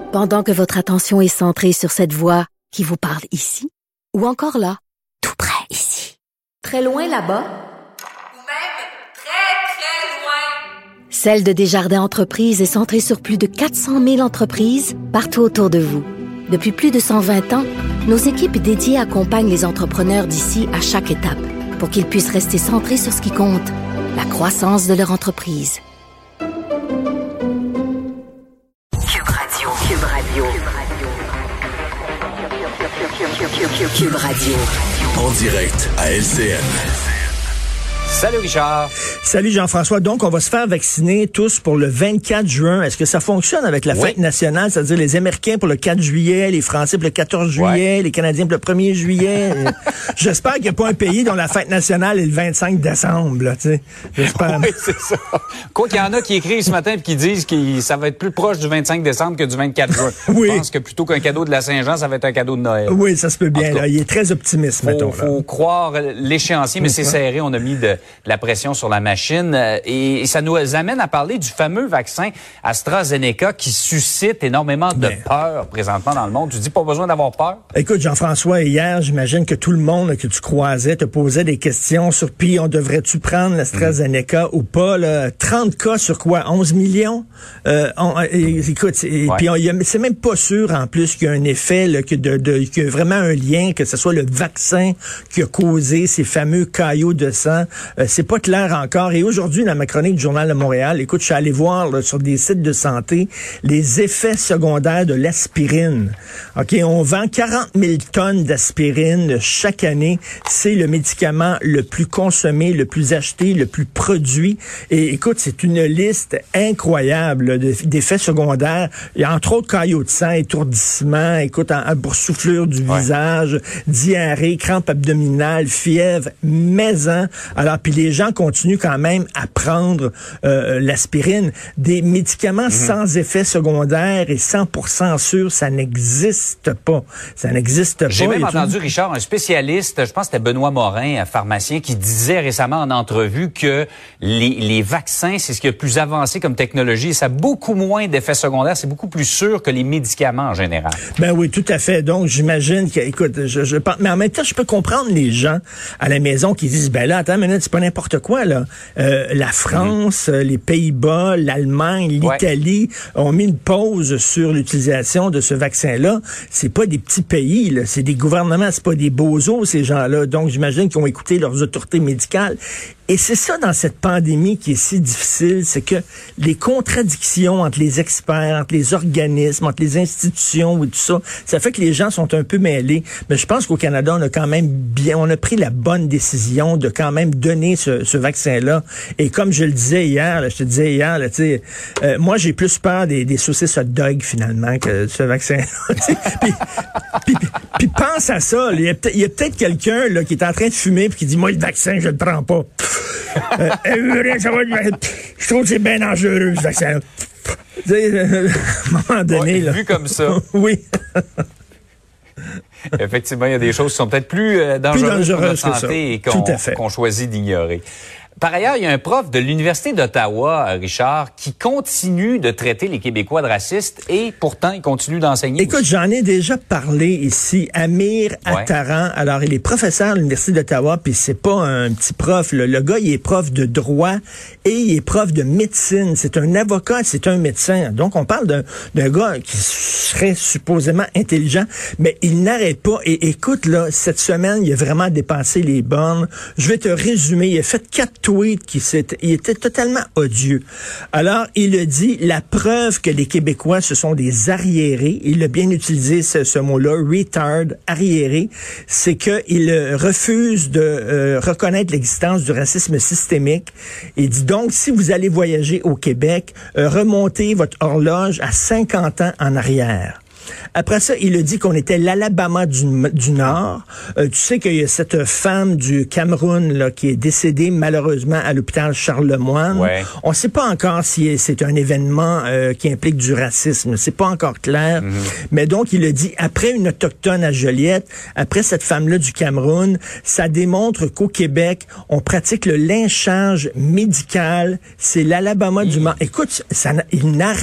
Pendant que votre attention est centrée sur cette voix qui vous parle ici, ou encore là, tout près ici, très loin là-bas, ou même très, très loin. Celle de Desjardins Entreprises est centrée sur plus de 400 000 entreprises partout autour de vous. Depuis plus de 120 ans, nos équipes dédiées accompagnent les entrepreneurs d'ici à chaque étape pour qu'ils puissent rester centrés sur ce qui compte, la croissance de leur entreprise. Cube Radio. En direct à LCN. Salut Richard. Salut Jean-François. Donc, on va se faire vacciner tous pour le 24 juin. Est-ce que ça fonctionne avec la fête nationale? C'est-à-dire les Américains pour le 4 juillet, les Français pour le 14 juillet, les Canadiens pour le 1er juillet. J'espère qu'il n'y a pas un pays dont la fête nationale est le 25 décembre. Là, tu sais. J'espère. Oui, c'est ça. Quoi qu'il y en a qui écrivent ce matin et qui disent que ça va être plus proche du 25 décembre que du 24 juin. Oui. Je pense que plutôt qu'un cadeau de la Saint-Jean, ça va être un cadeau de Noël. Oui, ça se peut bien. Là. Il est très optimiste, mettons. Faut croire l'échéancier, mais c'est serré. On a mis de la pression sur la machine et ça nous amène à parler du fameux vaccin AstraZeneca qui suscite énormément de peur présentement dans le monde. Tu dis pas besoin d'avoir peur? Écoute, Jean-François, hier, j'imagine que tout le monde que tu croisais te posait des questions sur puis on devrait-tu prendre l'AstraZeneca ou pas? Là, 30 cas sur quoi? 11 millions? Écoute, puis c'est même pas sûr en plus qu'il y a un effet, là, qu'il y a vraiment un lien, que ce soit le vaccin qui a causé ces fameux caillots de sang. C'est pas clair encore. Et aujourd'hui, dans ma chronique du Journal de Montréal, écoute, je suis allé voir là, sur des sites de santé les effets secondaires de l'aspirine. OK, on vend 40 000 tonnes d'aspirine chaque année. C'est le médicament le plus consommé, le plus acheté, le plus produit. Et écoute, c'est une liste incroyable d'effets secondaires. Il y a entre autres caillots de sang, étourdissement, écoute, boursouflure du visage, diarrhée, crampe abdominale, fièvre, maison. Alors, puis les gens continuent quand même à prendre l'aspirine. Des médicaments sans effet secondaire et 100% sûr, ça n'existe pas. Ça n'existe pas. J'ai même entendu, Richard, un spécialiste, je pense que c'était Benoît Morin, un pharmacien, qui disait récemment en entrevue que les vaccins, c'est ce qui est le plus avancé comme technologie. Ça a beaucoup moins d'effets secondaires. C'est beaucoup plus sûr que les médicaments en général. Ben oui, tout à fait. Donc, j'imagine que, écoute, je pense, mais en même temps, je peux comprendre les gens à la maison qui disent, ben là, attends une minute, c'est pas n'importe quoi, là. La France, les Pays-Bas, l'Allemagne, l'Italie ont mis une pause sur l'utilisation de ce vaccin-là. C'est pas des petits pays, là. C'est des gouvernements, c'est pas des bozos, ces gens-là. Donc, j'imagine qu'ils ont écouté leurs autorités médicales. Et c'est ça, dans cette pandémie qui est si difficile, c'est que les contradictions entre les experts, entre les organismes, entre les institutions et tout ça, ça fait que les gens sont un peu mêlés. Mais je pense qu'au Canada, on a quand même on a pris la bonne décision de quand même donner ce vaccin-là. Et comme je le disais hier, là, tu sais, moi, j'ai plus peur des saucisses hot dog, finalement, que de ce vaccin-là. Puis pense à ça. Il y a peut-être quelqu'un là qui est en train de fumer puis qui dit, moi, le vaccin, je le prends pas. Je trouve que c'est bien dangereux, ce vaccin. À un moment donné, là. Vu comme ça. Oui. Effectivement, il y a des choses qui sont peut-être plus dangereuses pour notre santé et qu'on choisit d'ignorer. Par ailleurs, il y a un prof de l'Université d'Ottawa, Richard, qui continue de traiter les Québécois de racistes et pourtant, il continue d'enseigner. Écoute, j'en ai déjà parlé ici. Amir Attaran, alors il est professeur à l'Université d'Ottawa, puis c'est pas un petit prof. Le gars, il est prof de droit et il est prof de médecine. C'est un avocat, c'est un médecin. Donc, on parle d'un gars qui serait supposément intelligent, mais il n'arrête pas. Et écoute, là, cette semaine, il a vraiment dépassé les bornes. Je vais te résumer. Il a fait 4 tweet il était totalement odieux. Alors, il a dit, la preuve que les Québécois, ce sont des arriérés, il a bien utilisé ce mot-là, retard, arriéré, c'est qu'il refuse de reconnaître l'existence du racisme systémique. Il dit donc, si vous allez voyager au Québec, remontez votre horloge à 50 ans en arrière. Après ça, il a dit qu'on était l'Alabama du Nord. Tu sais qu'il y a cette femme du Cameroun là, qui est décédée malheureusement à l'hôpital Charlemagne. Ouais. On ne sait pas encore si c'est un événement qui implique du racisme. C'est pas encore clair. Mais donc, il a dit, après une autochtone à Joliette, après cette femme-là du Cameroun, ça démontre qu'au Québec, on pratique le lynchage médical. C'est l'Alabama du Nord. Écoute, il n'arrête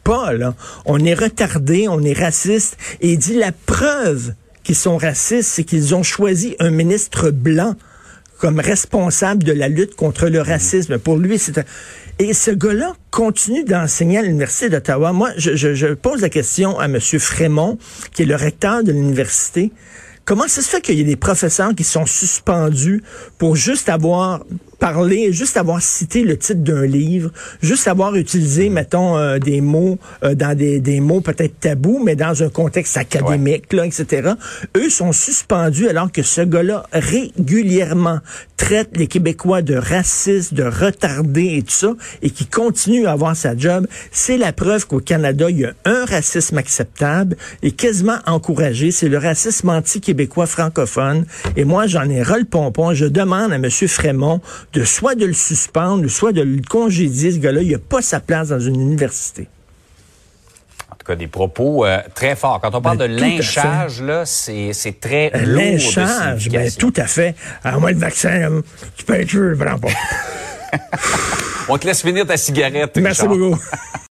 pas, là. On est retardé, on est raciste. Et il dit la preuve qu'ils sont racistes, c'est qu'ils ont choisi un ministre blanc comme responsable de la lutte contre le racisme. Pour lui, Et ce gars-là continue d'enseigner à l'Université d'Ottawa. Moi, je pose la question à M. Frémont, qui est le recteur de l'université. Comment ça se fait qu'il y a des professeurs qui sont suspendus pour juste avoir parlé, juste avoir cité le titre d'un livre, juste avoir utilisé, mettons, des mots dans des mots peut-être tabous, mais dans un contexte académique, là, etc. Eux sont suspendus alors que ce gars-là régulièrement traite les Québécois de racistes, de retardés et tout ça, et qui continue à avoir sa job. C'est la preuve qu'au Canada, il y a un racisme acceptable et quasiment encouragé. C'est le racisme anti-québécois francophone. Et moi, j'en ai ras le pompon. Je demande à M. Frémont soit de le suspendre, soit de le congédier. Ce gars-là, il n'a pas sa place dans une université. En tout cas, des propos très forts. Quand on parle de lynchage, là, c'est très lourd. Lynchage, tout à fait. Alors moi, le vaccin, tu peux être sûr, je ne prends pas. On te laisse finir ta cigarette. Merci beaucoup.